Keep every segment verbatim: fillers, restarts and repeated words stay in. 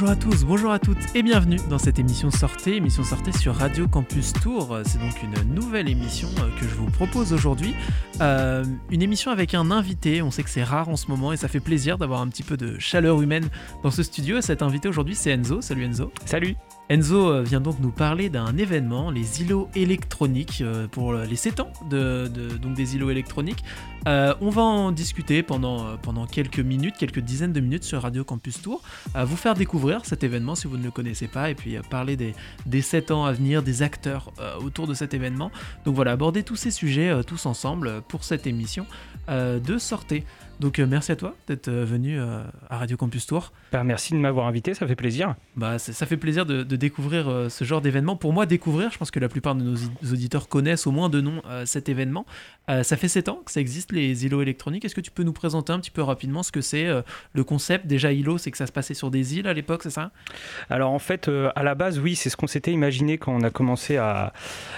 Bonjour à tous, bonjour à toutes et bienvenue dans cette émission Sortez, émission Sortez sur Radio Campus Tours. C'est donc une nouvelle émission que je vous propose aujourd'hui. Euh, une émission avec un invité, on sait que c'est rare en ce moment et ça fait plaisir d'avoir un petit peu de chaleur humaine dans ce studio. Et cet invité aujourd'hui c'est Enzo. Salut Enzo. Salut. Enzo vient donc nous parler d'un événement, les îlots électroniques, pour les sept ans de, de, donc des îlots électroniques. Euh, on va en discuter pendant, pendant quelques minutes, quelques dizaines de minutes sur Radio Campus Tours, euh, vous faire découvrir cet événement si vous ne le connaissez pas, et puis euh, parler des, des sept ans à venir, des acteurs euh, autour de cet événement. Donc voilà, aborder tous ces sujets euh, tous ensemble pour cette émission euh, de Sortez. Donc euh, merci à toi d'être euh, venu euh, à Radio Campus Tours. Ben, merci de m'avoir invité, ça fait plaisir. Bah, ça fait plaisir de, de découvrir euh, ce genre d'événement. Pour moi, découvrir, je pense que la plupart de nos auditeurs connaissent au moins de nom euh, cet événement. Euh, ça fait sept ans que ça existe, les îlots électroniques. Est-ce que tu peux nous présenter un petit peu rapidement ce que c'est, euh, le concept? Déjà, îlot, c'est que ça se passait sur des îles à l'époque, c'est ça? Alors en fait, euh, à la base, oui, c'est ce qu'on s'était imaginé quand on a commencé à,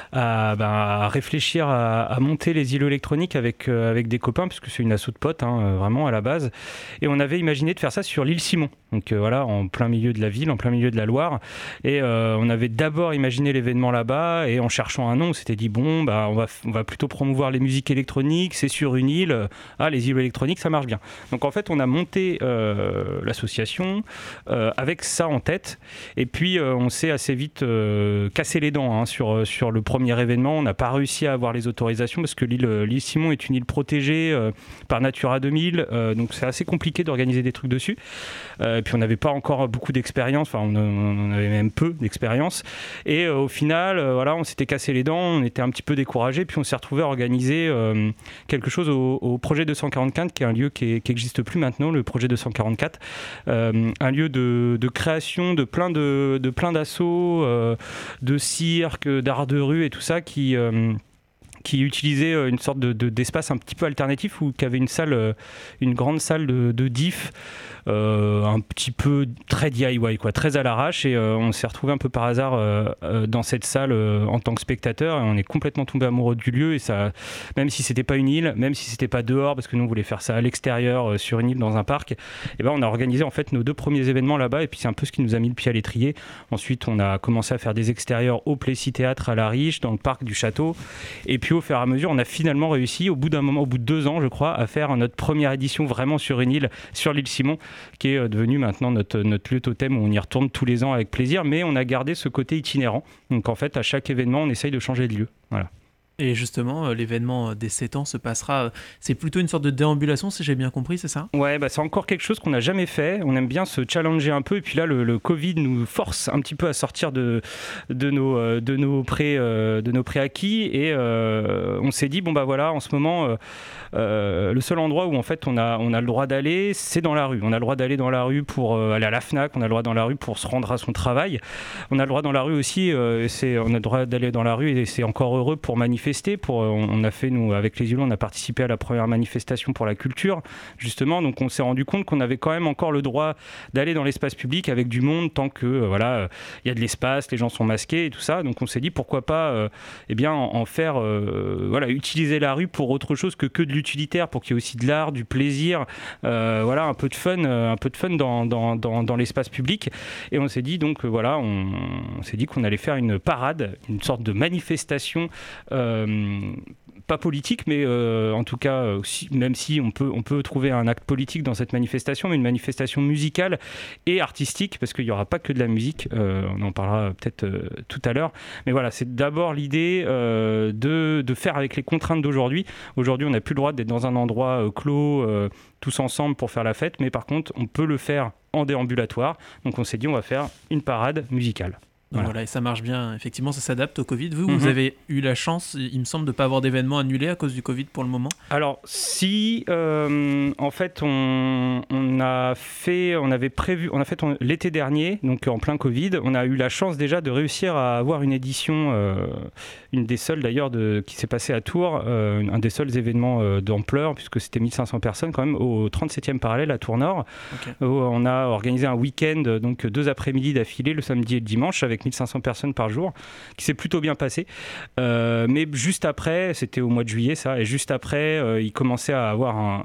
à, ben, à réfléchir à, à monter les îlots électroniques avec, euh, avec des copains, puisque c'est une asso de potes, hein, vraiment à la base. Et on avait imaginé de faire ça sur l'île Simon. Donc euh, voilà, en plein milieu de la ville, en plein milieu de la Loire. Et euh, on avait d'abord imaginé l'événement là-bas, et en cherchant un nom, on s'était dit, bon, bah, on, va, on va plutôt promouvoir les musiques électroniques, c'est sur une île, ah, les îlots électroniques, ça marche bien. Donc en fait, on a monté euh, l'association euh, avec ça en tête, et puis euh, on s'est assez vite euh, cassé les dents hein, sur, sur le premier événement. On n'a pas réussi à avoir les autorisations, parce que l'île, l'île Simon est une île protégée euh, par Natura deux mille, euh, donc c'est assez compliqué d'organiser des trucs dessus. Euh, et puis on n'avait pas encore beaucoup d'expérience, enfin on, on avait même peu d'expérience, et euh, au final euh, voilà, on s'était cassé les dents, on était un petit peu découragés, puis on s'est retrouvé à organiser euh, quelque chose au, au projet deux cent quarante-quatre, qui est un lieu qui n'existe plus maintenant, le projet deux cent quarante-quatre, euh, un lieu de, de création de plein de, de plein d'assauts, euh, de cirque, d'art de rue et tout ça, qui euh, qui utilisait une sorte de, de, d'espace un petit peu alternatif, ou qui avait une salle, une grande salle de, de diff, euh, un petit peu très D I Y, quoi, très à l'arrache, et euh, on s'est retrouvé un peu par hasard euh, euh, dans cette salle euh, en tant que spectateur, et on est complètement tombé amoureux du lieu, et ça, même si c'était pas une île, même si c'était pas dehors, parce que nous on voulait faire ça à l'extérieur, euh, sur une île, dans un parc, et ben on a organisé en fait nos deux premiers événements là-bas, et puis c'est un peu ce qui nous a mis le pied à l'étrier. Ensuite on a commencé à faire des extérieurs au Plessis Théâtre à La Riche, dans le parc du château, et puis au fur et à mesure, on a finalement réussi, au bout d'un moment, au bout de deux ans, je crois, à faire notre première édition vraiment sur une île, sur l'île Simon, qui est devenue maintenant notre, notre lieu totem où on y retourne tous les ans avec plaisir, mais on a gardé ce côté itinérant. Donc en fait, à chaque événement, on essaye de changer de lieu. Voilà. Et justement, l'événement des sept ans se passera, c'est plutôt une sorte de déambulation, si j'ai bien compris, c'est ça? Ouais, bah c'est encore quelque chose qu'on n'a jamais fait. On aime bien se challenger un peu, et puis là, le, le Covid nous force un petit peu à sortir de, de, nos, de, nos, pré, de nos préacquis, et euh, on s'est dit, bon bah voilà, en ce moment, euh, euh, le seul endroit où en fait on a, on a le droit d'aller, c'est dans la rue. On a le droit d'aller dans la rue pour euh, aller à la Fnac, on a le droit dans la rue pour se rendre à son travail. On a le droit dans la rue aussi, euh, c'est, on a le droit d'aller dans la rue, et c'est encore heureux pour manifester. Pour, on a fait, nous, avec les îlots, on a participé à la première manifestation pour la culture, justement. Donc, on s'est rendu compte qu'on avait quand même encore le droit d'aller dans l'espace public avec du monde, tant que, euh, voilà, il y a de l'espace, les gens sont masqués et tout ça. Donc, on s'est dit, pourquoi pas, euh, eh bien, en, en faire, euh, voilà, utiliser la rue pour autre chose que, que de l'utilitaire, pour qu'il y ait aussi de l'art, du plaisir, euh, voilà, un peu de fun, euh, un peu de fun dans, dans, dans, dans l'espace public. Et on s'est dit, donc, euh, voilà, on, on s'est dit qu'on allait faire une parade, une sorte de manifestation, euh, pas politique, mais euh, en tout cas, aussi, même si on peut, on peut trouver un acte politique dans cette manifestation, mais une manifestation musicale et artistique, parce qu'il n'y aura pas que de la musique, euh, on en parlera peut-être euh, tout à l'heure, mais voilà, c'est d'abord l'idée euh, de, de faire avec les contraintes d'aujourd'hui. Aujourd'hui, on n'a plus le droit d'être dans un endroit euh, clos, euh, tous ensemble pour faire la fête, mais par contre, on peut le faire en déambulatoire, donc on s'est dit, on va faire une parade musicale. Donc voilà. Voilà, et ça marche bien. Effectivement, ça s'adapte au Covid. Vous, mm-hmm. vous avez eu la chance, il me semble, de ne pas avoir d'événements annulés à cause du Covid pour le moment. Alors, si, euh, en fait, on, on a fait, on avait prévu, on a fait on, l'été dernier, donc en plein Covid, on a eu la chance déjà de réussir à avoir une édition, euh, une des seules d'ailleurs de, qui s'est passée à Tours, euh, un des seuls événements euh, d'ampleur, puisque c'était mille cinq cents personnes quand même, au trente-septième parallèle à Tours Nord. Okay. Où on a organisé un week-end, donc deux après-midi d'affilée, le samedi et le dimanche, avec mille cinq cents personnes par jour, qui s'est plutôt bien passé. Euh, mais juste après, c'était au mois de juillet ça, et juste après, euh, il commençait à avoir un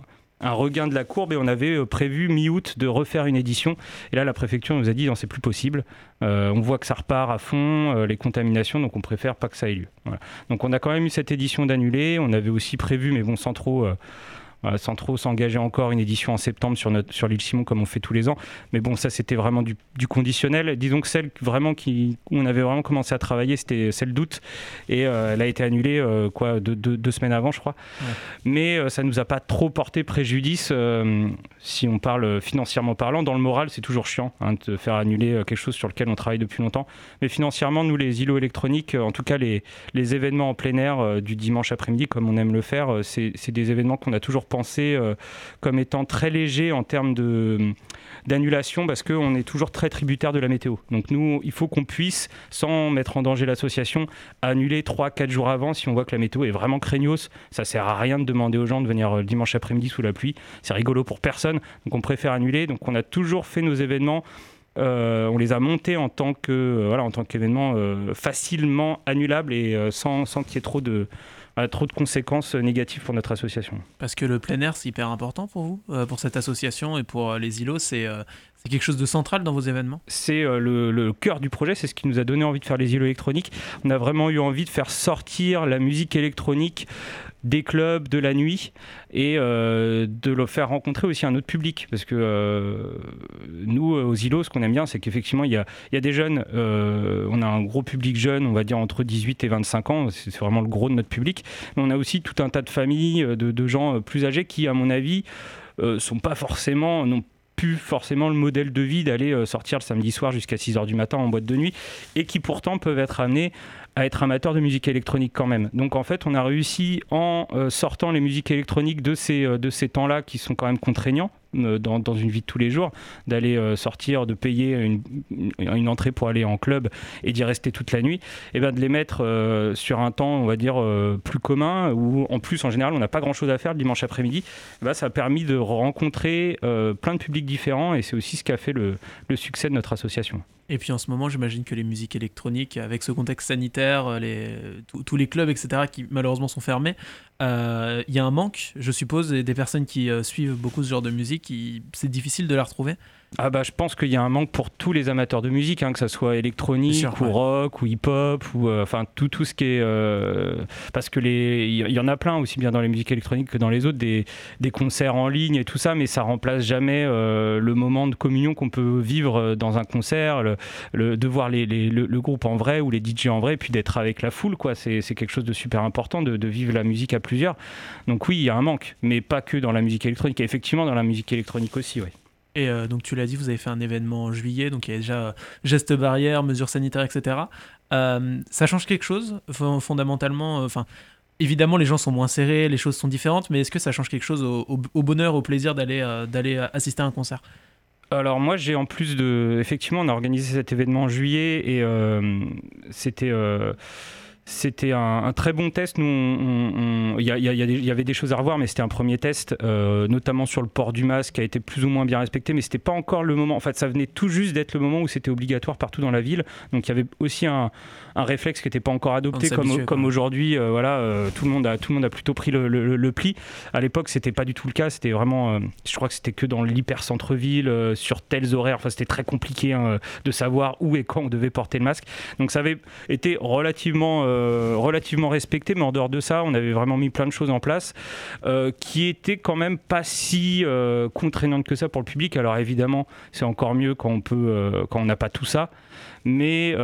un regain de la courbe et on avait prévu mi-août de refaire une édition. Et là, la préfecture nous a dit non, c'est plus possible. Euh, on voit que ça repart à fond, euh, les contaminations, donc on préfère pas que ça ait lieu. Voilà. Donc on a quand même eu cette édition d'annuler. On avait aussi prévu, mais bon, sans trop... Euh, Voilà, sans trop s'engager encore, une édition en septembre sur, notre, sur l'île Simon comme on fait tous les ans. Mais bon, ça c'était vraiment du, du conditionnel. Disons que celle vraiment qui, où on avait vraiment commencé à travailler, c'était celle d'août. Et euh, elle a été annulée euh, quoi, deux, deux, deux semaines avant, je crois. Ouais. Mais euh, ça ne nous a pas trop porté préjudice, euh, si on parle financièrement parlant. Dans le moral, c'est toujours chiant hein, de faire annuler quelque chose sur lequel on travaille depuis longtemps. Mais financièrement, nous, les îlots électroniques, en tout cas les, les événements en plein air euh, du dimanche après-midi, comme on aime le faire, euh, c'est, c'est des événements qu'on a toujours pensé euh, comme étant très léger en termes de, d'annulation parce qu'on est toujours très tributaire de la météo. Donc nous, il faut qu'on puisse, sans mettre en danger l'association, annuler trois quatre jours avant si on voit que la météo est vraiment craignos. Ça sert à rien de demander aux gens de venir le dimanche après-midi sous la pluie. C'est rigolo pour personne, donc on préfère annuler. Donc on a toujours fait nos événements, euh, on les a montés en tant que, euh, voilà, en tant qu'événements euh, facilement annulables et euh, sans, sans qu'il y ait trop de... a trop de conséquences négatives pour notre association. Parce que le plein air, c'est hyper important pour vous, euh, pour cette association et pour euh, les îlots, c'est, euh, c'est quelque chose de central dans vos événements ? C'est euh, le, le cœur du projet, c'est ce qui nous a donné envie de faire les îlots électroniques. On a vraiment eu envie de faire sortir la musique électronique des clubs, de la nuit, et euh, de le faire rencontrer aussi un autre public. Parce que euh, nous, aux îlots, ce qu'on aime bien, c'est qu'effectivement, il y a, il y a des jeunes, euh, on a un gros public jeune, on va dire entre dix-huit et vingt-cinq ans, c'est, c'est vraiment le gros de notre public. Mais on a aussi tout un tas de familles, de, de gens plus âgés qui, à mon avis, euh, sont pas forcément... Non, plus forcément le modèle de vie d'aller euh, sortir le samedi soir jusqu'à six heures du matin en boîte de nuit et qui pourtant peuvent être amenés à être amateurs de musique électronique quand même. Donc en fait on a réussi en euh, sortant les musiques électroniques de ces, euh, de ces temps-là qui sont quand même contraignants euh, dans, dans une vie de tous les jours, d'aller euh, sortir, de payer une, une entrée pour aller en club et d'y rester toute la nuit, et bien de les mettre euh, sur un temps on va dire euh, plus commun où en plus en général on n'a pas grand-chose à faire le dimanche après-midi. Ben, ça a permis de rencontrer euh, plein de publics différents et c'est aussi ce qui a fait le, le succès de notre association. Et puis en ce moment, j'imagine que les musiques électroniques, avec ce contexte sanitaire, les, tous les clubs, et cetera, qui malheureusement sont fermés, il euh, y a un manque, je suppose, et des personnes qui euh, suivent beaucoup ce genre de musique, qui, c'est difficile de la retrouver. Ah bah, je pense qu'il y a un manque pour tous les amateurs de musique, hein, que ça soit électronique sûr, ou ouais. rock ou hip-hop ou euh, enfin tout tout ce qui est euh, parce que les il y, y en a plein aussi bien dans les musiques électroniques que dans les autres des des concerts en ligne et tout ça, mais ça remplace jamais euh, le moment de communion qu'on peut vivre dans un concert, le, le de voir les, les le, le groupe en vrai ou les D J en vrai, et puis d'être avec la foule quoi. C'est c'est quelque chose de super important de de vivre la musique à plusieurs. Donc oui, il y a un manque, mais pas que dans la musique électronique. Et effectivement dans la musique électronique aussi, oui. Et euh, donc tu l'as dit, vous avez fait un événement en juillet, donc il y a déjà euh, gestes barrières, mesures sanitaires, et cetera. Euh, ça change quelque chose fondamentalement. Enfin, euh, évidemment, les gens sont moins serrés, les choses sont différentes, mais est-ce que ça change quelque chose au, au, au bonheur, au plaisir d'aller, euh, d'aller assister à un concert ? Alors moi j'ai en plus de... Effectivement on a organisé cet événement en juillet et euh, c'était... Euh... C'était un, un très bon test. Nous, il y, y, y, y avait des choses à revoir, mais c'était un premier test, euh, notamment sur le port du masque, qui a été plus ou moins bien respecté, mais c'était pas encore le moment. En fait, ça venait tout juste d'être le moment où c'était obligatoire partout dans la ville. Donc, il y avait aussi un, un réflexe qui n'était pas encore adopté, comme, comme aujourd'hui. Euh, voilà, euh, tout le monde a, tout le monde a plutôt pris le, le, le pli. À l'époque, c'était pas du tout le cas. C'était vraiment, euh, je crois que c'était que dans l'hyper centre-ville, euh, sur tels horaires. Enfin, c'était très compliqué hein, de savoir où et quand on devait porter le masque. Donc, ça avait été relativement euh, Euh, relativement respecté, mais en dehors de ça on avait vraiment mis plein de choses en place euh, qui étaient quand même pas si euh, contraignantes que ça pour le public. Alors évidemment c'est encore mieux quand on peut euh, quand on n'a pas tout ça, mais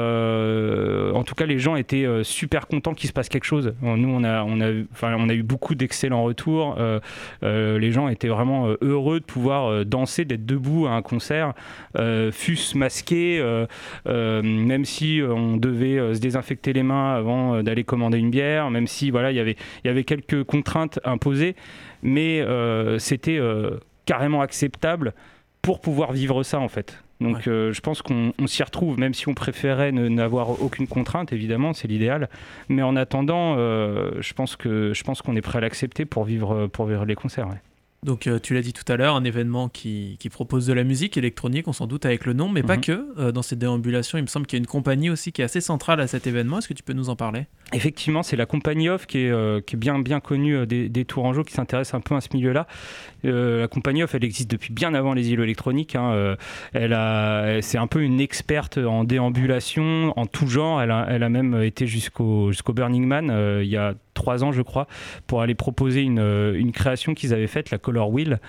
euh, en tout cas les gens étaient euh, super contents qu'il se passe quelque chose. Nous on a, on a, enfin, on a eu beaucoup d'excellents retours, euh, euh, les gens étaient vraiment euh, heureux de pouvoir euh, danser, d'être debout à un concert, euh, fût-ce masqué, euh, euh, même si euh, on devait euh, se désinfecter les mains avant euh, d'aller commander une bière, même si voilà, y avait, y avait quelques contraintes imposées, mais euh, c'était euh, carrément acceptable pour pouvoir vivre ça en fait. Donc ouais. euh, je pense qu'on on s'y retrouve, même si on préférait ne, n'avoir aucune contrainte, évidemment, c'est l'idéal. Mais en attendant, euh, je pense que je pense qu'on est prêt à l'accepter pour vivre, pour vivre les concerts. Ouais. Donc euh, tu l'as dit tout à l'heure, un événement qui, qui propose de la musique électronique, on s'en doute avec le nom, mais mm-hmm. pas que. Euh, dans cette déambulation, il me semble qu'il y a une compagnie aussi qui est assez centrale à cet événement. Est-ce que tu peux nous en parler ? Effectivement, c'est la compagnie Off qui est, euh, qui est bien, bien connue des, des Tourangeaux, qui s'intéresse un peu à ce milieu-là. Euh, la compagnie Off, elle existe depuis bien avant les îlots électroniques. Hein. Euh, elle a, c'est un peu une experte en déambulation, en tout genre. Elle a, elle a même été jusqu'au, jusqu'au Burning Man euh, il y a trois ans, je crois, pour aller proposer une, une création qu'ils avaient faite, la Color Wheel.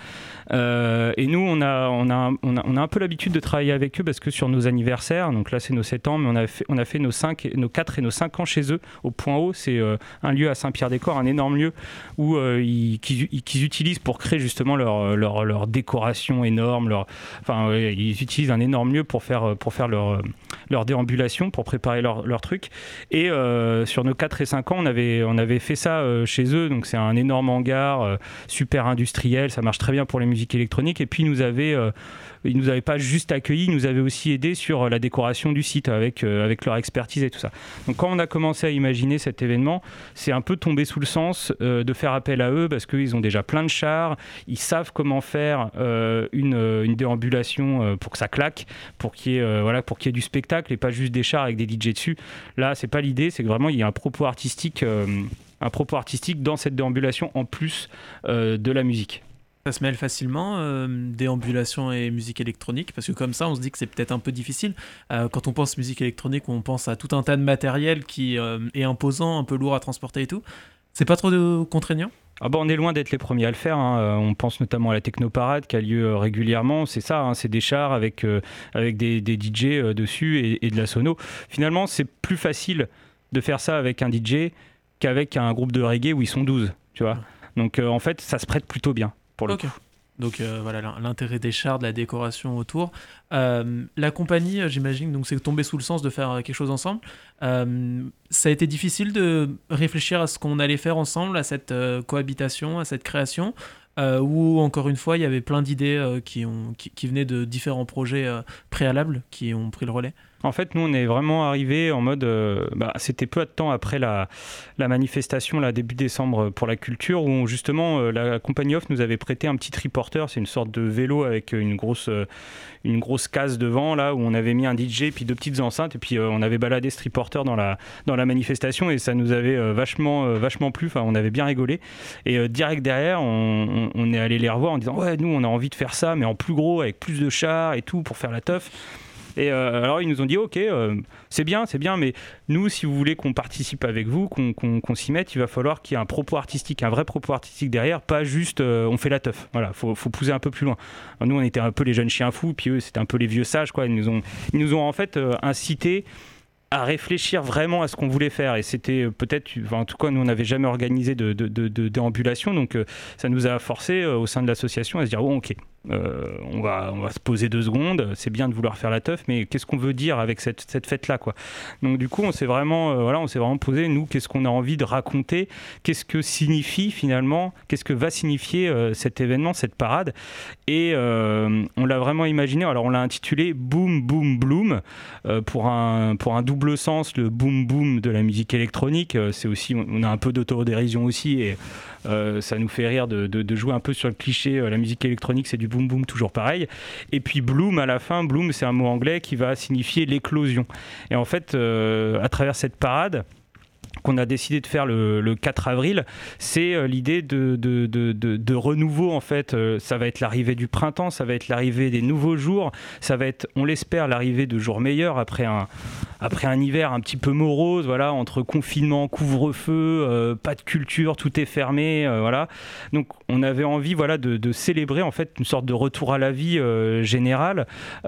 Euh, et nous, on a, on, a, on, a, on a un peu l'habitude de travailler avec eux parce que sur nos anniversaires, donc là c'est nos sept ans, mais on a fait, on a fait nos, cinq, nos quatre et nos cinq ans chez eux, au Point Haut. C'est euh, un lieu à Saint-Pierre-des-Corps, un énorme lieu où euh, ils, qu'ils, qu'ils utilisent pour créer justement leur, leur, leur décoration énorme. Leur, enfin, ouais, ils utilisent un énorme lieu pour faire, pour faire leur, leur déambulation, pour préparer leur, leur truc. Et euh, sur nos quatre et cinq ans, on avait, on avait fait ça euh, chez eux, donc c'est un énorme hangar euh, super industriel, ça marche très bien pour les musiques électroniques. Et puis ils nous avaient euh, ils nous avaient pas juste accueillis, ils nous avaient aussi aidés sur la décoration du site avec, euh, avec leur expertise et tout ça. Donc quand on a commencé à imaginer cet événement, c'est un peu tombé sous le sens euh, de faire appel à eux parce qu'ils ont déjà plein de chars, ils savent comment faire euh, une, une déambulation euh, pour que ça claque, pour qu'il y ait, euh, voilà, pour qu'il y ait du spectacle et pas juste des chars avec des D J dessus. Là, c'est pas l'idée, c'est que vraiment il y a un propos artistique euh, un propos artistique dans cette déambulation en plus euh, de la musique. Ça se mêle facilement, euh, déambulation et musique électronique, parce que comme ça, on se dit que c'est peut-être un peu difficile. Euh, quand on pense musique électronique, on pense à tout un tas de matériel qui euh, est imposant, un peu lourd à transporter et tout. C'est pas trop de contraignant ? Ah bah on est loin d'être les premiers à le faire, hein. On pense notamment à la Technoparade qui a lieu régulièrement, c'est ça, hein, c'est des chars avec, euh, avec des, des D J euh, dessus et, et de la sono. Finalement, c'est plus facile de faire ça avec un D J qu'avec un groupe de reggae où ils sont douze, tu vois. Donc euh, en fait, ça se prête plutôt bien pour le okay. coup. Donc euh, voilà l'intérêt des chars, de la décoration autour. Euh, la compagnie, j'imagine, donc c'est tombé sous le sens de faire quelque chose ensemble. Euh, ça a été difficile de réfléchir à ce qu'on allait faire ensemble, à cette euh, cohabitation, à cette création, euh, où encore une fois il y avait plein d'idées euh, qui, ont, qui, qui venaient de différents projets euh, préalables qui ont pris le relais. En fait, nous, on est vraiment arrivés en mode... Euh, bah, c'était peu de temps après la, la manifestation, là, début décembre, pour la culture, où justement, euh, la compagnie Off nous avait prêté un petit triporteur. C'est une sorte de vélo avec une grosse, euh, une grosse case devant, là, où on avait mis un D J, puis deux petites enceintes, et puis euh, on avait baladé ce triporteur dans la, dans la manifestation, et ça nous avait euh, vachement, euh, vachement plu. Enfin, on avait bien rigolé. Et euh, direct derrière, on, on, on est allé les revoir en disant « Ouais, nous, on a envie de faire ça, mais en plus gros, avec plus de chars et tout, pour faire la teuf. » Et euh, alors ils nous ont dit ok, euh, c'est bien, c'est bien, mais nous, si vous voulez qu'on participe avec vous, qu'on, qu'on, qu'on s'y mette, il va falloir qu'il y ait un propos artistique, un vrai propos artistique derrière, pas juste euh, on fait la teuf. Voilà, faut, faut pousser un peu plus loin. Alors, nous, on était un peu les jeunes chiens fous, puis eux, c'était un peu les vieux sages, quoi. Ils nous ont, ils nous ont en fait euh, incité à réfléchir vraiment à ce qu'on voulait faire, et c'était peut-être, enfin, en tout cas nous on n'avait jamais organisé de, de, de, de déambulation, donc euh, ça nous a forcé euh, au sein de l'association à se dire bon ok, euh, on, va, on va se poser deux secondes, c'est bien de vouloir faire la teuf, mais qu'est-ce qu'on veut dire avec cette, cette fête là quoi. Donc du coup on s'est vraiment, euh, voilà, on s'est vraiment posé, nous, qu'est-ce qu'on a envie de raconter, qu'est-ce que signifie finalement, qu'est-ce que va signifier euh, cet événement, cette parade, et euh, on l'a vraiment imaginé. Alors on l'a intitulé Boom Boom Bloom, euh, pour un, pour un double sens, le boom boom de la musique électronique. C'est aussi, on a un peu d'autodérision aussi, et euh, ça nous fait rire de, de, de jouer un peu sur le cliché, euh, la musique électronique c'est du boom boom toujours pareil, et puis bloom à la fin, bloom c'est un mot anglais qui va signifier l'éclosion. Et en fait euh, à travers cette parade qu'on a décidé de faire le, le quatre avril, c'est euh, l'idée de, de, de, de, de renouveau en fait. Euh, ça va être l'arrivée du printemps, ça va être l'arrivée des nouveaux jours, ça va être, on l'espère, l'arrivée de jours meilleurs après un, après un hiver un petit peu morose, voilà, entre confinement, couvre-feu, euh, pas de culture, tout est fermé, euh, voilà. Donc on avait envie, voilà, de, de célébrer en fait une sorte de retour à la vie euh, générale,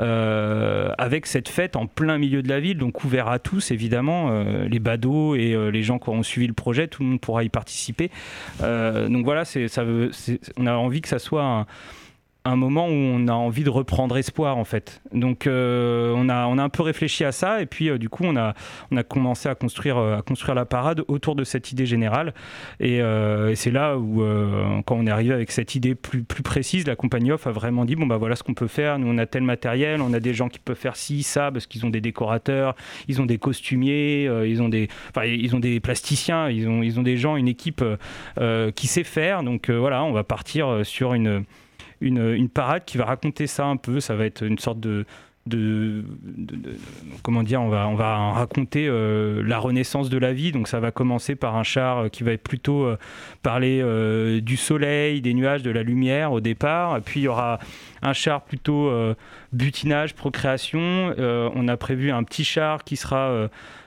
euh, avec cette fête en plein milieu de la ville, donc ouvert à tous évidemment, euh, les badauds et euh, les gens qui ont suivi le projet, tout le monde pourra y participer. Euh, donc voilà, c'est, ça veut, c'est, on a envie que ça soit un, un moment où on a envie de reprendre espoir en fait. Donc euh, on, a, on a un peu réfléchi à ça et puis euh, du coup on a, on a commencé à construire, euh, à construire la parade autour de cette idée générale et, euh, et c'est là où euh, quand on est arrivé avec cette idée plus, plus précise, la compagnie Off a vraiment dit bon bah voilà ce qu'on peut faire, nous on a tel matériel, on a des gens qui peuvent faire ci, ça parce qu'ils ont des décorateurs, ils ont des costumiers, euh, ils, ont des, enfin, ils ont des plasticiens, ils ont, ils ont des gens, une équipe euh, qui sait faire, donc euh, voilà on va partir sur une Une, une parade qui va raconter ça un peu, ça va être une sorte de, de, de, de comment dire, on va, on va raconter euh, la renaissance de la vie, donc ça va commencer par un char qui va être plutôt euh, parler euh, du soleil, des nuages, de la lumière au départ, et puis il y aura un char plutôt euh, butinage, procréation, euh, on a prévu un petit char qui sera... Euh,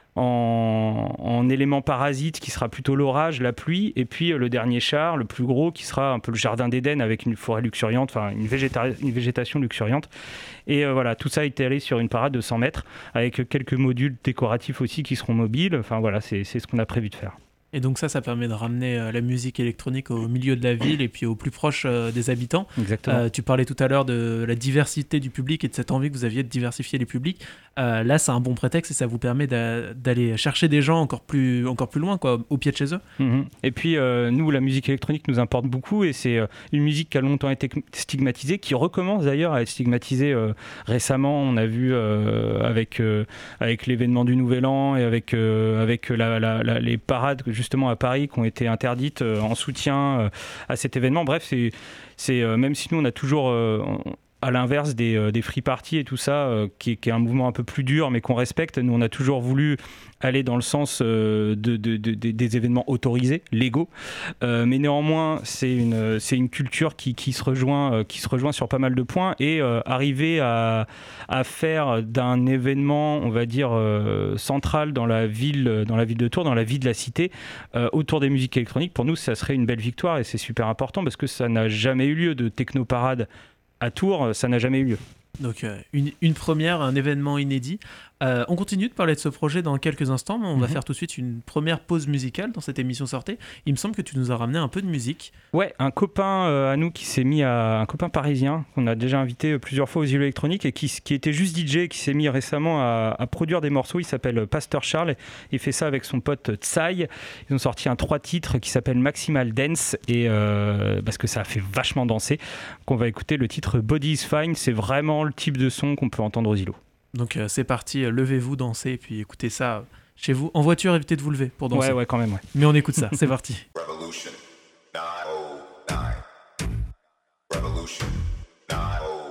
En, en élément parasite qui sera plutôt l'orage, la pluie, et puis le dernier char, le plus gros, qui sera un peu le jardin d'Éden avec une forêt luxuriante, enfin une, végéta- une végétation luxuriante. Et euh, voilà, tout ça est allé sur une parade de cent mètres avec quelques modules décoratifs aussi qui seront mobiles. Enfin voilà, c'est, c'est ce qu'on a prévu de faire. Et donc ça, ça permet de ramener euh, la musique électronique au milieu de la ville et puis au plus proche euh, des habitants. Exactement. Euh, tu parlais tout à l'heure de la diversité du public et de cette envie que vous aviez de diversifier les publics. Euh, là, c'est un bon prétexte et ça vous permet d'a- d'aller chercher des gens encore plus, encore plus loin, quoi, au pied de chez eux. Mmh. Et puis, euh, nous, la musique électronique nous importe beaucoup et c'est euh, une musique qui a longtemps été stigmatisée, qui recommence d'ailleurs à être stigmatisée euh, récemment. On a vu euh, avec, euh, avec l'événement du Nouvel An et avec, euh, avec la, la, la, les parades justement à Paris qui ont été interdites euh, en soutien euh, à cet événement. Bref, c'est, c'est, euh, même si nous, on a toujours... Euh, on, à l'inverse des, euh, des free parties et tout ça, euh, qui, est, qui est un mouvement un peu plus dur, mais qu'on respecte. Nous, on a toujours voulu aller dans le sens euh, de, de, de, de, des événements autorisés, légaux. Euh, mais néanmoins, c'est une, c'est une culture qui, qui, se rejoint, euh, qui se rejoint sur pas mal de points. Et euh, arriver à, à faire d'un événement, on va dire, euh, central dans la, ville, dans la ville de Tours, dans la vie de la cité, euh, autour des musiques électroniques, pour nous, ça serait une belle victoire. Et c'est super important parce que ça n'a jamais eu lieu de technoparade à Tours, ça n'a jamais eu lieu. Donc euh, une, une première, un événement inédit. Euh, on continue de parler de ce projet dans quelques instants, mais on mm-hmm. va faire tout de suite une première pause musicale dans cette émission Sortez. Il me semble que tu nous as ramené un peu de musique. Ouais, un copain euh, à nous qui s'est mis à... Un copain parisien qu'on a déjà invité plusieurs fois aux îlots électroniques et qui, qui était juste D J et qui s'est mis récemment à, à produire des morceaux. Il s'appelle Pasteur Charles. Il fait ça avec son pote Tsai. Ils ont sorti un trois titres qui s'appelle Maximal Dance et euh, parce que ça a fait vachement danser. Qu'on va écouter le titre Body is Fine. C'est vraiment le type de son qu'on peut entendre aux îlots. Donc euh, c'est parti, euh, levez-vous, dansez, et puis écoutez ça euh, chez vous. En voiture, évitez de vous lever pour danser. Ouais, ouais, quand même, ouais. Mais on écoute ça, c'est parti. Revolution nine oh nine. Revolution nine oh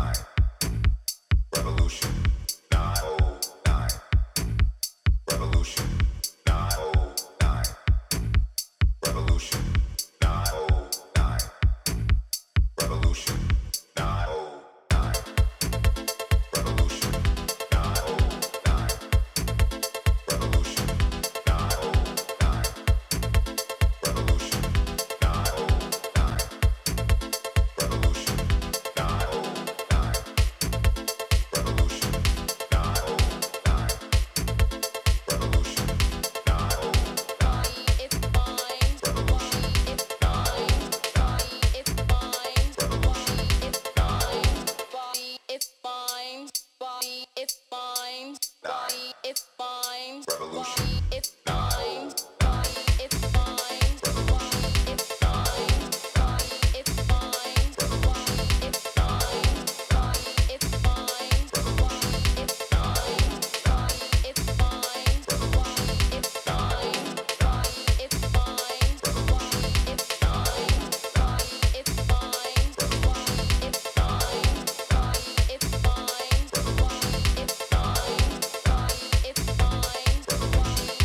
nine. Revolution nine oh nine. Revolution nine oh nine. Revolution nine oh nine. Revolution nine oh nine. Revolution nine oh nine. Revolution nine oh nine. Revolution nine oh nine. Revolution nine oh nine. Revolution nine oh nine. Revolution nine oh nine. It's fine. Revolution It's fine. It's fine. Revolution It's fine. Body, it's fine. Body, it's fine. Body, it's fine. Revolution Body, it's fine. Body, it's fine. Body, it's fine. Body, it's fine. Body, it's fine. Body, it's fine. Body, it's fine. Body, it's fine. Body, it's fine. Body, it's fine. Body, it's fine. Body, it's fine. Body, it's fine. Body, it's fine. Body, it's fine. Body, it's fine. Body, it's fine.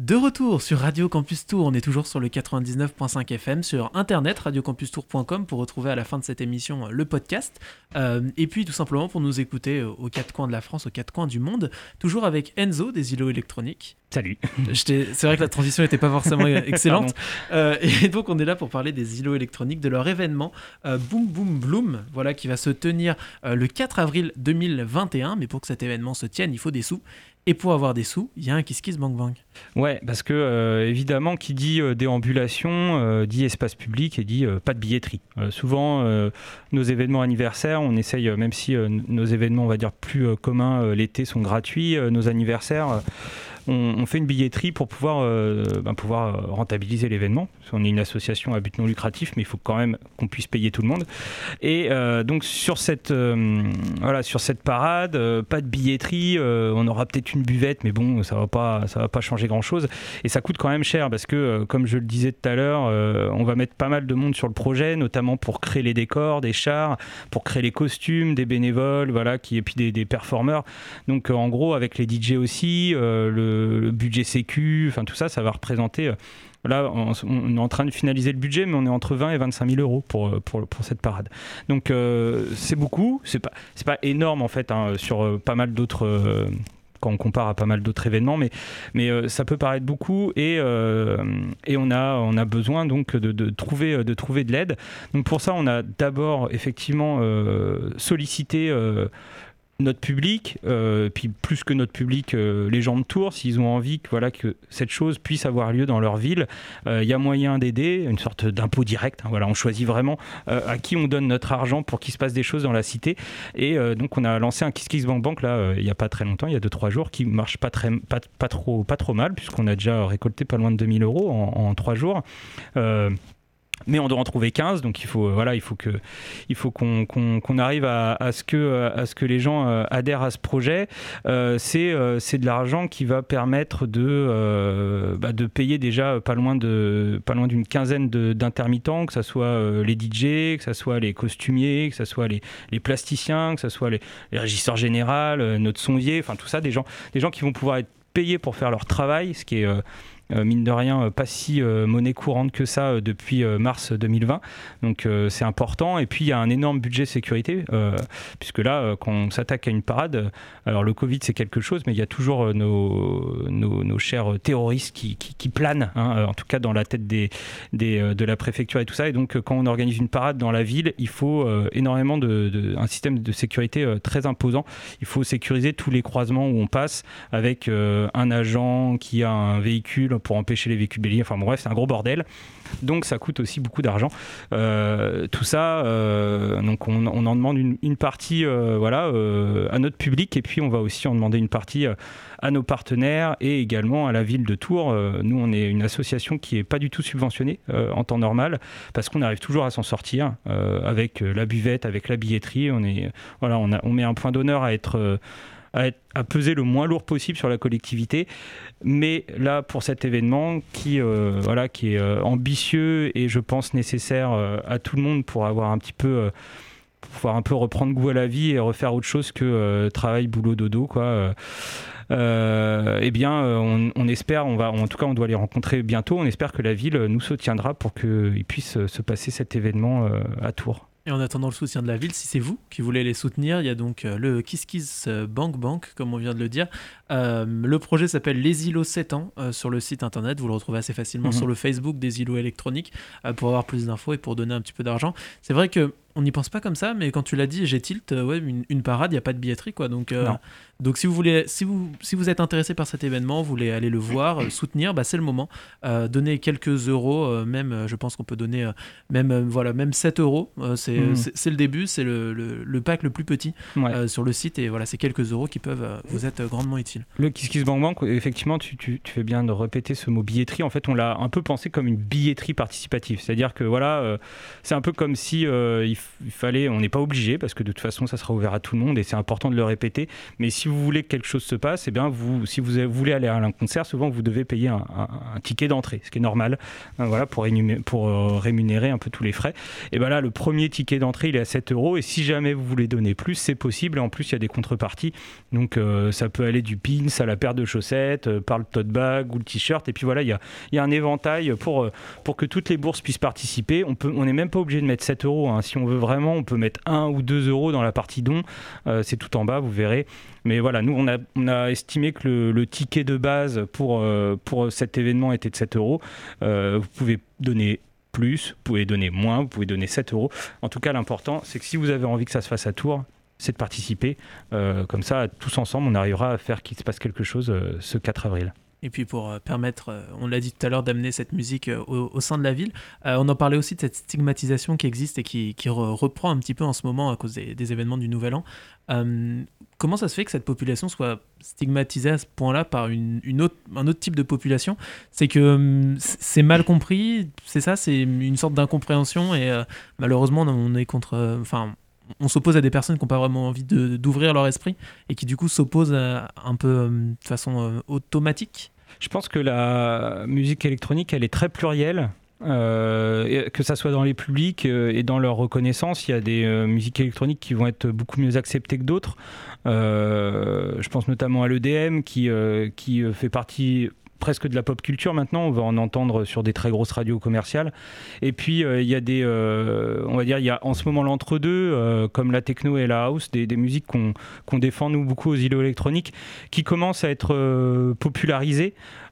De retour sur Radio Campus Tour, on est toujours sur le quatre-vingt-dix-neuf virgule cinq F M, sur internet radio campus tour point com pour retrouver à la fin de cette émission euh, le podcast, euh, et puis tout simplement pour nous écouter euh, aux quatre coins de la France, aux quatre coins du monde, toujours avec Enzo des îlots électroniques. Salut. Je t'ai- C'est vrai que la transition n'était pas forcément excellente, euh, et donc on est là pour parler des îlots électroniques, de leur événement euh, Boom Boom Bloom, voilà, qui va se tenir euh, le quatre avril deux mille vingt et un, mais pour que cet événement se tienne, il faut des sous. Et pour avoir des sous, il y a un Kiss Kiss Bang Bang. Ouais, parce que euh, évidemment, qui dit euh, déambulation, euh, dit espace public et dit euh, pas de billetterie. Euh, souvent, euh, nos événements anniversaires, on essaye, euh, même si euh, nos événements, on va dire, plus euh, communs euh, l'été sont gratuits, euh, nos anniversaires, euh, on, on fait une billetterie pour pouvoir, euh, ben, pouvoir rentabiliser l'événement. On est une association à but non lucratif, mais il faut quand même qu'on puisse payer tout le monde. Et euh, donc sur cette, euh, voilà, sur cette parade, euh, pas de billetterie, euh, on aura peut-être une buvette, mais bon, ça va pas, ça va pas changer grand-chose. Et ça coûte quand même cher parce que, euh, comme je le disais tout à l'heure, euh, on va mettre pas mal de monde sur le projet, notamment pour créer les décors, des chars, pour créer les costumes, des bénévoles, voilà, qui, et puis des, des performeurs. Donc euh, en gros, avec les D J aussi, euh, le, le budget sécu, enfin tout ça, ça va représenter... Euh, Là, on, on est en train de finaliser le budget, mais on est entre vingt et vingt-cinq mille euros pour, pour, pour cette parade. Donc, euh, c'est beaucoup. C'est pas, c'est pas énorme, en fait, hein, sur euh, pas mal d'autres... Euh, quand on compare à pas mal d'autres événements, mais, mais euh, ça peut paraître beaucoup et, euh, et on, a, on a besoin donc de, de, trouver, de trouver de l'aide. Donc pour ça, on a d'abord effectivement euh, sollicité euh, notre public, euh, puis plus que notre public, euh, les gens de Tours, s'ils ont envie que, voilà, que cette chose puisse avoir lieu dans leur ville, il euh, y a moyen d'aider, une sorte d'impôt direct. Hein, voilà, on choisit vraiment euh, à qui on donne notre argent pour qu'il se passe des choses dans la cité. Et euh, donc on a lancé un Kiss Kiss Bank Bank là, euh, il n'y a pas très longtemps, il y a deux trois jours, qui marche pas, très, pas, pas, trop, pas trop mal, puisqu'on a déjà récolté pas loin de deux mille euros en trois jours. Euh, Mais on doit en trouver quinze, donc il faut, euh, voilà, il faut, que, il faut qu'on, qu'on, qu'on arrive à, à, ce que, à ce que les gens euh, adhèrent à ce projet. Euh, c'est, euh, c'est de l'argent qui va permettre de, euh, bah, de payer déjà pas loin, de, pas loin d'une quinzaine de, d'intermittents, que ce soit euh, les D J, que ce soit les costumiers, que ce soit les, les plasticiens, que ce soit les, les régisseurs généraux, euh, notre sondier, enfin tout ça, des gens, des gens qui vont pouvoir être payés pour faire leur travail, ce qui est... Euh, Euh, mine de rien, euh, pas si euh, monnaie courante que ça euh, depuis euh, mars deux mille vingt. Donc euh, c'est important. Et puis il y a un énorme budget sécurité, euh, puisque là, euh, quand on s'attaque à une parade, euh, alors le Covid c'est quelque chose, mais il y a toujours euh, nos, nos, nos chers terroristes qui, qui, qui planent, hein, euh, en tout cas dans la tête des, des, euh, de la préfecture et tout ça. Et donc euh, quand on organise une parade dans la ville, il faut euh, énormément de, de, un système de sécurité euh, très imposant. Il faut sécuriser tous les croisements où on passe avec euh, un agent qui a un véhicule pour empêcher les véhicules béliers, enfin bon, bref, c'est un gros bordel. Donc ça coûte aussi beaucoup d'argent. Euh, tout ça, euh, donc on, on en demande une, une partie euh, voilà, euh, à notre public, et puis on va aussi en demander une partie euh, à nos partenaires et également à la ville de Tours. Euh, nous, on est une association qui n'est pas du tout subventionnée euh, en temps normal, parce qu'on arrive toujours à s'en sortir euh, avec la buvette, avec la billetterie. On, est, voilà, on, a, on met un point d'honneur à être... Euh, À, être, à peser le moins lourd possible sur la collectivité, mais là pour cet événement qui, euh, voilà, qui est euh, ambitieux et je pense nécessaire euh, à tout le monde pour avoir un petit peu euh, pour pouvoir un peu reprendre goût à la vie et refaire autre chose que euh, travail, boulot, dodo, quoi. Euh, euh, eh bien, on, on espère, on va, en tout cas, on doit les rencontrer bientôt. On espère que la ville nous soutiendra pour qu'il puisse se passer cet événement euh, à Tours. Et en attendant le soutien de la ville, si c'est vous qui voulez les soutenir, il y a donc euh, le Kiss Kiss euh, Bank Bank, comme on vient de le dire. Euh, le projet s'appelle Les Îlots sept ans euh, sur le site internet. Vous le retrouvez assez facilement mmh. sur le Facebook des îlots électroniques euh, pour avoir plus d'infos et pour donner un petit peu d'argent. C'est vrai que on n'y pense pas comme ça, mais quand tu l'as dit, j'ai tilt, euh, ouais, une, une parade, il n'y a pas de billetterie, quoi. Donc, euh, donc si vous voulez, si vous, si vous êtes intéressé par cet événement, vous voulez aller le voir, euh, soutenir, bah, c'est le moment. Euh, donner quelques euros, euh, même, euh, je pense qu'on peut donner euh, même, euh, voilà, même sept euros. Euh, c'est, mmh. c'est, c'est le début, c'est le, le, le pack le plus petit ouais. euh, sur le site, et voilà, c'est quelques euros qui peuvent euh, vous être grandement utiles. Le Kiss Kiss Bank Bank, effectivement, tu, tu, tu fais bien de répéter ce mot billetterie. En fait, on l'a un peu pensé comme une billetterie participative, c'est-à-dire que voilà, euh, c'est un peu comme si euh, il il fallait, on n'est pas obligé parce que de toute façon ça sera ouvert à tout le monde et c'est important de le répéter. Mais si vous voulez que quelque chose se passe, eh bien vous, si vous, avez, vous voulez aller à un concert, souvent vous devez payer un, un, un ticket d'entrée, ce qui est normal, hein, voilà, pour, rémunérer, pour euh, rémunérer un peu tous les frais. Et bien là, le premier ticket d'entrée, il est à sept euros et si jamais vous voulez donner plus, c'est possible. Et en plus, il y a des contreparties. Donc euh, ça peut aller du pins à la paire de chaussettes, euh, par le tote bag ou le t-shirt. Et puis voilà, il y a, il y a un éventail pour, euh, pour que toutes les bourses puissent participer. On peut, on n'est même pas obligé de mettre sept euros. Hein. Si on veut vraiment, on peut mettre un ou deux euros dans la partie don. Euh, c'est tout en bas, vous verrez. Mais voilà, nous, on a, on a estimé que le, le ticket de base pour, euh, pour cet événement était de sept euros. Euh, vous pouvez donner plus, vous pouvez donner moins, vous pouvez donner sept euros. En tout cas, l'important, c'est que si vous avez envie que ça se fasse à Tours, c'est de participer. Euh, comme ça, tous ensemble, on arrivera à faire qu'il se passe quelque chose euh, ce quatre avril. Et puis pour euh, permettre, euh, on l'a dit tout à l'heure, d'amener cette musique euh, au, au sein de la ville, euh, on en parlait aussi de cette stigmatisation qui existe et qui, qui re- reprend un petit peu en ce moment à cause des, des événements du Nouvel An. Euh, comment ça se fait que cette population soit stigmatisée à ce point-là par une, une autre, un autre type de population ? C'est que euh, c'est mal compris, c'est ça, c'est une sorte d'incompréhension et euh, malheureusement on est contre... Enfin, on s'oppose à des personnes qui n'ont pas vraiment envie de, d'ouvrir leur esprit et qui du coup s'opposent à, un peu euh, de façon euh, automatique. Je pense que la musique électronique, elle est très plurielle. Euh, que ça soit dans les publics euh, et dans leur reconnaissance, il y a des euh, musiques électroniques qui vont être beaucoup mieux acceptées que d'autres. Euh, je pense notamment à l'E D M qui, euh, qui fait partie presque de la pop culture maintenant, on va en entendre sur des très grosses radios commerciales. Et puis euh, il y a des, euh, on va dire, il y a en ce moment l'entre-deux, euh, comme la techno et la house, des, des musiques qu'on, qu'on défend nous beaucoup aux îlots électroniques, qui commencent à être euh, popularisées.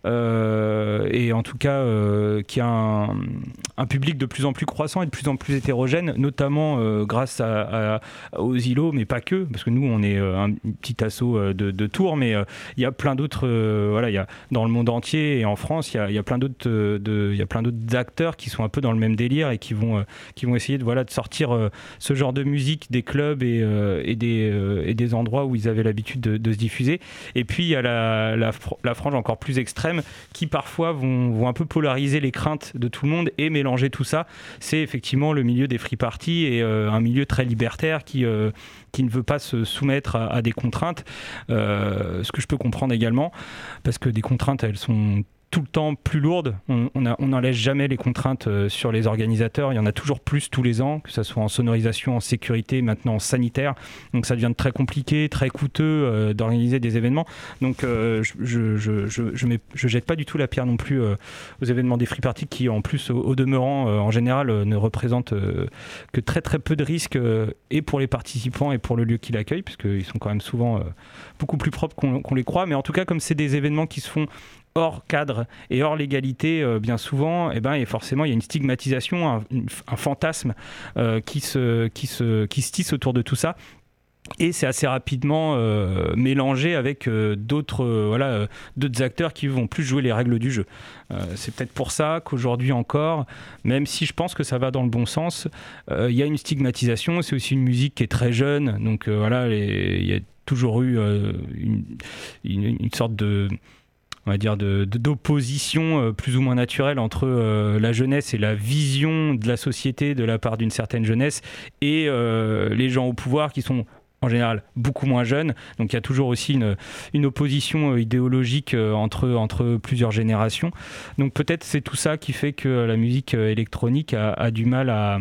Euh, et en tout cas euh, qui a un, un public de plus en plus croissant et de plus en plus hétérogène, notamment euh, grâce à, à, aux îlots, mais pas que, parce que nous on est euh, un petit assaut de, de Tours, mais il euh, y a plein d'autres, euh, voilà, il y a dans le monde entier et en France, il y a, y a plein d'autres, de, il y a plein d'autres acteurs qui sont un peu dans le même délire et qui vont, euh, qui vont essayer de, voilà, de sortir euh, ce genre de musique des clubs et, euh, et, des, euh, et des endroits où ils avaient l'habitude de, de se diffuser. Et puis il y a la, la, la frange encore plus extrême qui parfois vont, vont un peu polariser les craintes de tout le monde et mélanger tout ça. C'est effectivement le milieu des free parties et euh, un milieu très libertaire qui, euh, qui ne veut pas se soumettre à, à des contraintes, euh, ce que je peux comprendre également, parce que des contraintes, elles sont tout le temps plus lourdes. On n'enlève jamais les contraintes euh, sur les organisateurs. Il y en a toujours plus tous les ans, que ce soit en sonorisation, en sécurité, maintenant en sanitaire. Donc ça devient très compliqué, très coûteux euh, d'organiser des événements. Donc euh, je je, je, je, mets, je jette pas du tout la pierre non plus euh, aux événements des free parties qui, en plus, au, au demeurant, euh, en général, euh, ne représentent euh, que très très peu de risques euh, et pour les participants et pour le lieu qui l'accueille, puisqu'ils sont quand même souvent euh, beaucoup plus propres qu'on, qu'on les croit. Mais en tout cas, comme c'est des événements qui se font hors cadre et hors légalité, euh, bien souvent, eh ben, et forcément, il y a une stigmatisation, un, un fantasme euh, qui, se, qui, se, qui se tisse autour de tout ça. Et c'est assez rapidement euh, mélangé avec euh, d'autres, euh, voilà, euh, d'autres acteurs qui vont plus jouer les règles du jeu. Euh, c'est peut-être pour ça qu'aujourd'hui encore, même si je pense que ça va dans le bon sens, euh, il y a une stigmatisation. C'est aussi une musique qui est très jeune, donc euh, voilà, il y a toujours eu euh, une, une, une sorte de... on va dire de, de, d'opposition euh, plus ou moins naturelle entre euh, la jeunesse et la vision de la société de la part d'une certaine jeunesse et euh, les gens au pouvoir qui sont en général beaucoup moins jeunes. Donc il y a toujours aussi une, une opposition euh, idéologique euh, entre, entre plusieurs générations. Donc peut-être c'est tout ça qui fait que la musique euh, électronique a, a du mal à...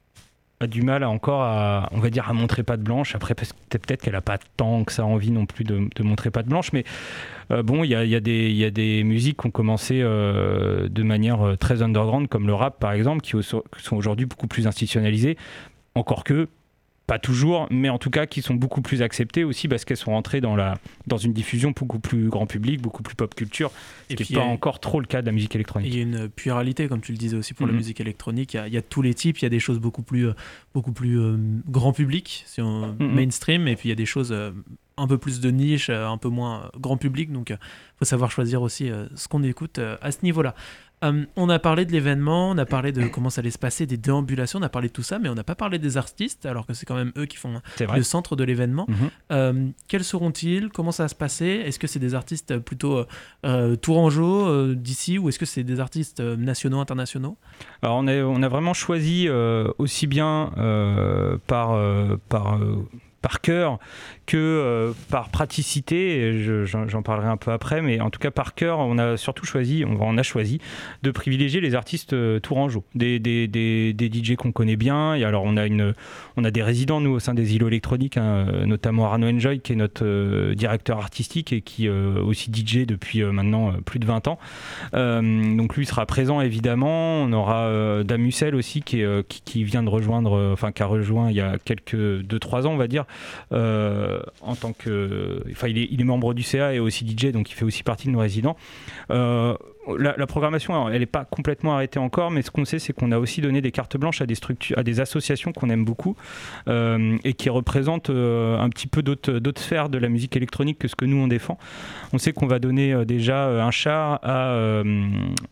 a du mal à encore à, on va dire, à montrer patte blanche. Après, peut-être qu'elle n'a pas tant que ça envie non plus de, de montrer patte blanche, mais euh, bon, il y a, y a des, y a des musiques qui ont commencé euh, de manière très underground, comme le rap par exemple, qui sont aujourd'hui beaucoup plus institutionnalisées, encore que pas toujours, mais en tout cas qui sont beaucoup plus acceptées aussi parce qu'elles sont rentrées dans, la, dans une diffusion beaucoup plus grand public, beaucoup plus pop culture, ce qui n'est pas a, encore trop le cas de la musique électronique. Il y a une pluralité, comme tu le disais aussi pour mm-hmm. la musique électronique, il y, a, il y a tous les types, il y a des choses beaucoup plus, beaucoup plus euh, grand public, si on, mm-hmm. mainstream, et puis il y a des choses euh, un peu plus de niche, euh, un peu moins euh, grand public, donc il faut savoir choisir aussi euh, ce qu'on écoute euh, à ce niveau-là. Euh, on a parlé de l'événement, on a parlé de comment ça allait se passer, des déambulations, on a parlé de tout ça, mais on n'a pas parlé des artistes, alors que c'est quand même eux qui font C'est vrai. le centre de l'événement. Mhm. Euh, quels seront-ils? Comment ça va se passer? Est-ce que c'est des artistes plutôt euh, euh, tourangeaux euh, d'ici, ou est-ce que c'est des artistes euh, nationaux, internationaux? Alors on a, on a vraiment choisi euh, aussi bien euh, par, euh, par, euh, par cœur que euh, par praticité, et je- j'en j'en parlerai un peu après, mais en tout cas par cœur, on a surtout choisi, on, on a choisi de privilégier les artistes euh, tourangeaux, des, des, des, des D J qu'on connaît bien. Et alors on a, une, on a des résidents, nous, au sein des îlots électroniques, hein, euh, notamment Arnaud Enjoy, qui est notre euh, directeur artistique et qui euh, aussi D J depuis euh, maintenant euh, plus de vingt ans. Euh, donc lui sera présent évidemment. On aura euh, Damucel aussi qui, est, euh, qui, qui vient de rejoindre, euh, enfin qui a rejoint il y a quelques deux trois ans on va dire, euh, en tant que, enfin il est, il est membre du C A et aussi D J, donc il fait aussi partie de nos résidents. Euh, la, la programmation, alors, elle n'est pas complètement arrêtée encore, mais ce qu'on sait, c'est qu'on a aussi donné des cartes blanches à des structures, à des associations qu'on aime beaucoup euh, et qui représentent euh, un petit peu d'autres, d'autres sphères de la musique électronique que ce que nous on défend. On sait qu'on va donner euh, déjà euh, un char à euh,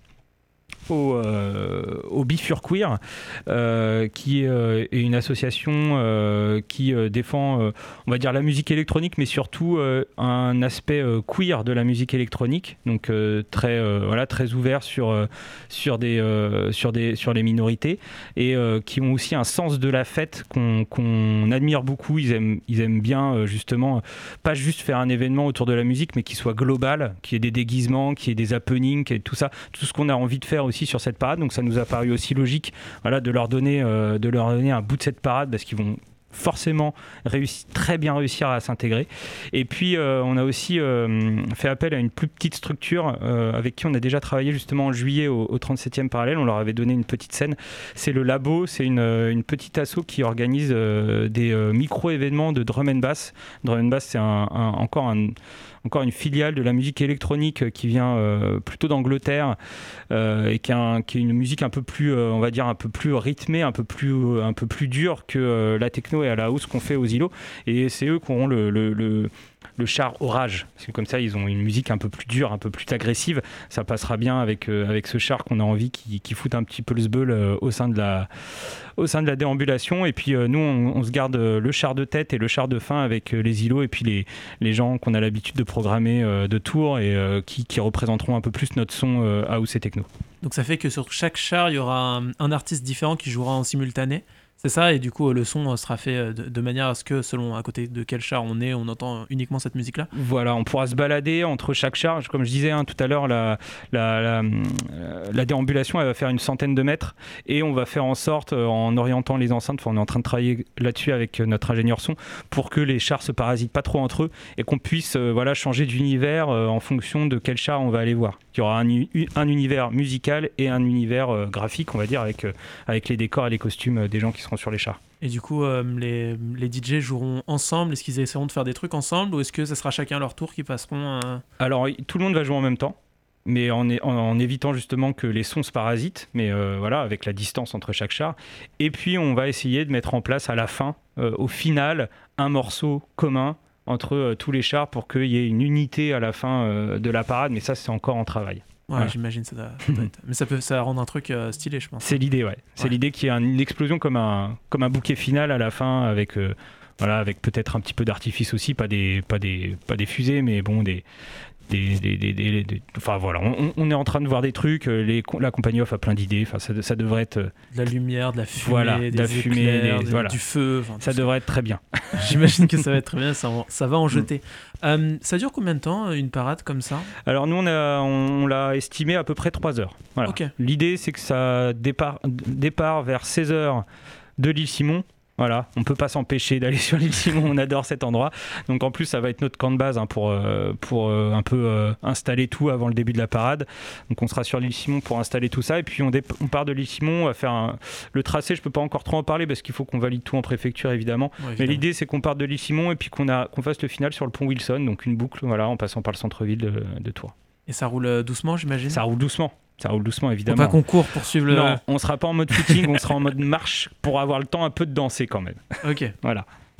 au, euh, au Bifurqueer, euh, qui euh, est une association euh, qui euh, défend, euh, on va dire, la musique électronique, mais surtout euh, un aspect euh, queer de la musique électronique, donc euh, très, euh, voilà, très ouvert sur, euh, sur, des, euh, sur, des, sur les minorités, et euh, qui ont aussi un sens de la fête qu'on, qu'on admire beaucoup. Ils aiment, ils aiment bien, euh, justement, pas juste faire un événement autour de la musique, mais qui soit global, qu'il y ait des déguisements, qu'il y ait des happenings, qu'il y ait tout ça, tout ce qu'on a envie de faire aussi sur cette parade. Donc ça nous a paru aussi logique, voilà, de leur donner, euh, de leur donner un bout de cette parade, parce qu'ils vont forcément réussir, très bien réussir à s'intégrer. Et puis euh, on a aussi euh, fait appel à une plus petite structure euh, avec qui on a déjà travaillé justement en juillet au, au trente-septième parallèle. On leur avait donné une petite scène, c'est le Labo, c'est une, une petite asso qui organise euh, des euh, micro-événements de drum and bass. Drum and bass, c'est un, un, encore un encore une filiale de la musique électronique qui vient euh, plutôt d'Angleterre euh, et qui est, un, qui est une musique un peu plus, euh, on va dire, un peu plus rythmée, un peu plus, euh, un peu plus dure que euh, la techno et à la house qu'on fait aux îlots. Et c'est eux qui auront le, le, le le char Orage, parce que comme ça ils ont une musique un peu plus dure, un peu plus agressive. Ça passera bien avec, euh, avec ce char qu'on a envie qui, qui fout un petit peu le sbeul euh, au sein de la au sein de la déambulation. Et puis euh, nous on, on se garde euh, le char de tête et le char de fin avec euh, les îlots et puis les, les gens qu'on a l'habitude de programmer euh, de tour et euh, qui, qui représenteront un peu plus notre son euh, house et techno. Donc ça fait que sur chaque char, il y aura un, un artiste différent qui jouera en simultané. C'est ça, et du coup le son sera fait de, de manière à ce que selon à côté de quel char on est, on entend uniquement cette musique-là. Voilà, on pourra se balader entre chaque char. Comme je disais hein, tout à l'heure, la, la, la, la déambulation elle va faire une centaine de mètres et on va faire en sorte, en orientant les enceintes, enfin, on est en train de travailler là-dessus avec notre ingénieur son pour que les chars se parasitent pas trop entre eux et qu'on puisse euh, voilà, changer d'univers euh, en fonction de quel char on va aller voir. Il y aura un, un univers musical et un univers euh, graphique, on va dire, avec, euh, avec les décors et les costumes euh, des gens qui seront sur les chars. Et du coup, euh, les, les D J joueront ensemble. Est-ce qu'ils essaieront de faire des trucs ensemble ou est-ce que ça sera chacun à leur tour qui passeront euh... Alors, tout le monde va jouer en même temps, mais en, en, en évitant justement que les sons se parasitent, mais euh, voilà, avec la distance entre chaque char. Et puis, on va essayer de mettre en place à la fin, euh, au final, un morceau commun entre euh, tous les chars pour qu'il y ait une unité à la fin euh, de la parade, mais ça, c'est encore en travail. Ouais, voilà. J'imagine ça doit, ça doit être... Mais ça peut ça va rendre un truc euh, stylé, je pense. C'est l'idée, ouais. C'est ouais. l'idée qu'il y ait une explosion comme un, comme un bouquet final à la fin, avec, euh, voilà, avec peut-être un petit peu d'artifice aussi, pas des, pas des, pas des fusées, mais bon, des... Des, des, des, des, des, enfin voilà, on, on est en train de voir des trucs, les, la compagnie off a plein d'idées, enfin, ça, ça devrait être... De la lumière, de la fumée, voilà, des de la éclairs, fumée, des, des, voilà. du feu. Ça devrait être très bien. J'imagine que ça va être très bien, ça, ça va en jeter. Mm. Euh, ça dure combien de temps, une parade comme ça ? Alors nous, on, a, on, on l'a estimé à peu près trois heures. Voilà. Okay. L'idée, c'est que ça départ, départ vers seize heures de l'île Simon. Voilà, on ne peut pas s'empêcher d'aller sur l'île Simon, on adore cet endroit. Donc en plus, ça va être notre camp de base hein, pour, euh, pour euh, un peu euh, installer tout avant le début de la parade. Donc on sera sur l'île Simon pour installer tout ça. Et puis on, dé- on part de l'île Simon, on va faire un... le tracé, je ne peux pas encore trop en parler parce qu'il faut qu'on valide tout en préfecture évidemment. Ouais, évidemment. Mais l'idée, c'est qu'on parte de l'île Simon et puis qu'on, a, qu'on fasse le final sur le pont Wilson, donc une boucle voilà, en passant par le centre-ville de, de Tours. Et ça roule doucement, j'imagine ? Ça roule doucement. Ça roule doucement, évidemment. Faut pas qu'on court pour suivre le... Non, on sera pas en mode footing, on sera en mode marche pour avoir le temps un peu de danser quand même. Ok. Voilà.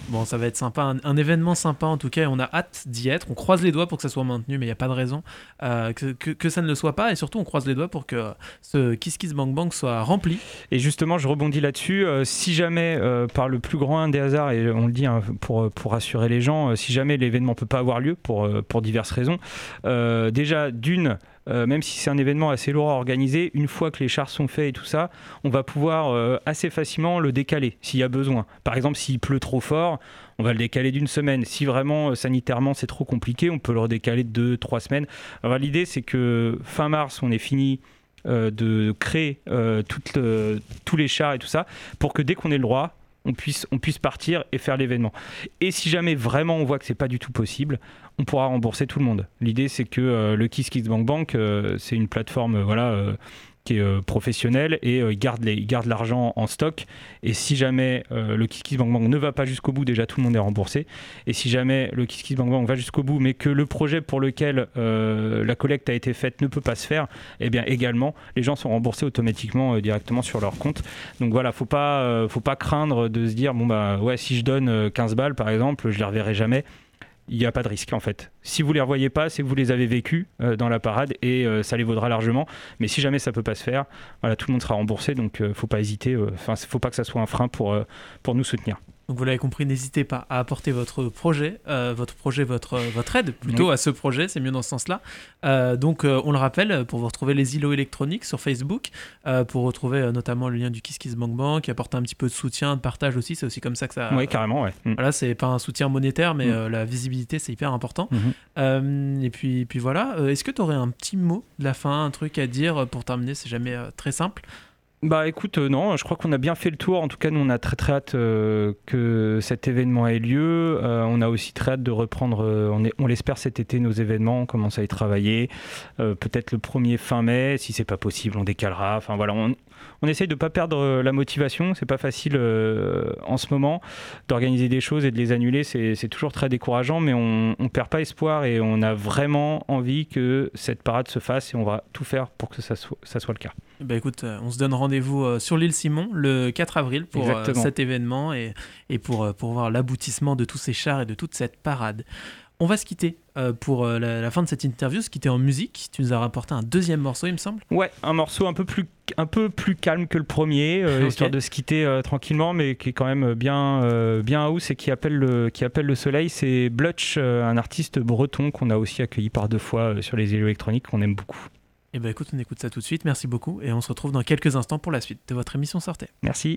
Bon, ça va être sympa, un, un événement sympa en tout cas, et on a hâte d'y être. On croise les doigts pour que ça soit maintenu, mais il n'y a pas de raison euh, que, que, que ça ne le soit pas, et surtout on croise les doigts pour que ce Kiss Kiss Bang Bang soit rempli. Et justement, je rebondis là-dessus. Euh, si jamais, euh, par le plus grand des hasards, et on le dit hein, pour, pour rassurer les gens, euh, si jamais l'événement ne peut pas avoir lieu pour, euh, pour diverses raisons, euh, déjà d'une, Euh, même si c'est un événement assez lourd à organiser, une fois que les chars sont faits et tout ça, on va pouvoir euh, assez facilement le décaler s'il y a besoin. Par exemple, s'il pleut trop fort, on va le décaler d'une semaine. Si vraiment euh, sanitairement c'est trop compliqué, on peut le redécaler de deux, trois semaines. Alors l'idée c'est que fin mars, on ait fini euh, de créer euh, toutes le, tous les chars et tout ça, pour que dès qu'on ait le droit, on puisse, on puisse partir et faire l'événement. Et si jamais vraiment on voit que c'est pas du tout possible, on pourra rembourser tout le monde. L'idée c'est que euh, le Kiss Kiss Bang Bang, euh, c'est une plateforme euh, voilà, euh, qui est euh, professionnelle et euh, ils gardent les, ils gardent l'argent en stock. Et si jamais euh, le Kiss Kiss Bang Bang ne va pas jusqu'au bout, déjà tout le monde est remboursé. Et si jamais le Kiss Kiss Bang Bang va jusqu'au bout, mais que le projet pour lequel euh, la collecte a été faite ne peut pas se faire, eh bien également les gens sont remboursés automatiquement euh, directement sur leur compte. Donc voilà, faut pas, euh, faut pas craindre de se dire bon bah ouais, si je donne euh, quinze balles par exemple, je les reverrai jamais. Il n'y a pas de risque en fait. Si vous ne les revoyez pas, c'est que vous les avez vécus euh, dans la parade et euh, ça les vaudra largement. Mais si jamais ça ne peut pas se faire, voilà, tout le monde sera remboursé, donc il euh, ne faut pas hésiter. Enfin, il ne faut pas que ça soit un frein pour, euh, pour nous soutenir. Donc vous l'avez compris, n'hésitez pas à apporter votre projet, euh, votre projet, votre, votre aide plutôt oui. à ce projet, c'est mieux dans ce sens-là. Euh, donc euh, on le rappelle, pour vous retrouver les îlots électroniques sur Facebook, euh, pour retrouver euh, notamment le lien du Kiss Kiss Bang Bang, qui apporte un petit peu de soutien, de partage aussi, c'est aussi comme ça que ça... Oui, carrément, ouais. Mm. Voilà, c'est pas un soutien monétaire, mais mm. euh, la visibilité, c'est hyper important. Mm-hmm. Euh, et puis, puis voilà, euh, est-ce que tu aurais un petit mot de la fin, un truc à dire pour terminer, c'est jamais euh, très simple. Bah écoute, euh, non, je crois qu'on a bien fait le tour. En tout cas, nous, on a très très hâte euh, que cet événement ait lieu. Euh, on a aussi très hâte de reprendre, euh, on, est, on l'espère cet été, nos événements. On commence à y travailler. Euh, peut-être le premier fin mai. Si c'est pas possible, on décalera. Enfin voilà, on, on essaye de ne pas perdre la motivation. C'est pas facile euh, en ce moment d'organiser des choses et de les annuler. C'est, c'est toujours très décourageant, mais on ne perd pas espoir et on a vraiment envie que cette parade se fasse et on va tout faire pour que ça soit, ça soit le cas. Bah écoute, on se donne rendez-vous sur l'île Simon le quatre avril pour Exactement. cet événement et, et pour, pour voir l'aboutissement de tous ces chars et de toute cette parade. On va se quitter pour la, la fin de cette interview, se quitter en musique. Tu nous as rapporté un deuxième morceau, il me semble. Ouais, un morceau un peu plus, un peu plus calme que le premier, euh, okay. histoire de se quitter euh, tranquillement, mais qui est quand même bien, euh, bien house et qui appelle le, qui appelle le soleil. C'est Blutch, euh, un artiste breton qu'on a aussi accueilli par deux fois euh, sur les îlots électroniques, qu'on aime beaucoup. Eh bien écoute, on écoute ça tout de suite, merci beaucoup, et on se retrouve dans quelques instants pour la suite de votre émission Sortez. Merci.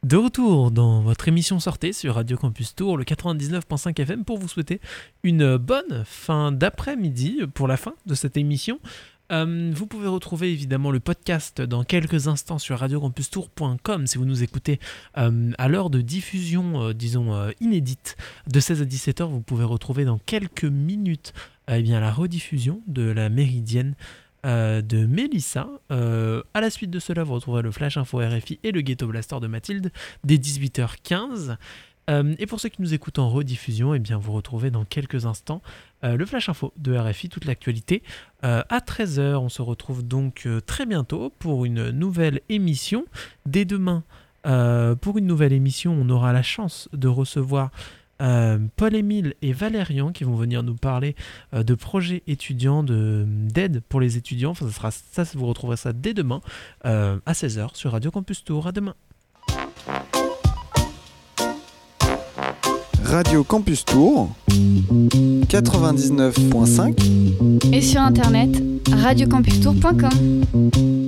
De retour dans votre émission Sortez sur Radio Campus Tour, le quatre-vingt-dix-neuf virgule cinq F M, pour vous souhaiter une bonne fin d'après-midi pour la fin de cette émission. Euh, vous pouvez retrouver évidemment le podcast dans quelques instants sur radio campus tour point com si vous nous écoutez euh, à l'heure de diffusion, euh, disons, euh, inédite de seize à dix-sept heures. Vous pouvez retrouver dans quelques minutes euh, eh bien, la rediffusion de la Méridienne Euh, de Mélissa. Euh, à la suite de cela, vous retrouverez le Flash Info R F I et le Ghetto Blaster de Mathilde dès dix-huit heures quinze. Euh, et pour ceux qui nous écoutent en rediffusion, eh bien, vous retrouvez dans quelques instants euh, le Flash Info de R F I, toute l'actualité. Euh, à treize heures, on se retrouve donc euh, très bientôt pour une nouvelle émission. Dès demain, euh, pour une nouvelle émission, on aura la chance de recevoir Euh, Paul-Émile et Valérian qui vont venir nous parler euh, de projets étudiants, de, d'aide pour les étudiants. Enfin, ça sera, ça, vous retrouverez ça dès demain euh, à seize heures sur Radio Campus Tour. À demain. Radio Campus Tour quatre-vingt-dix-neuf virgule cinq et sur internet radio campus tour point com.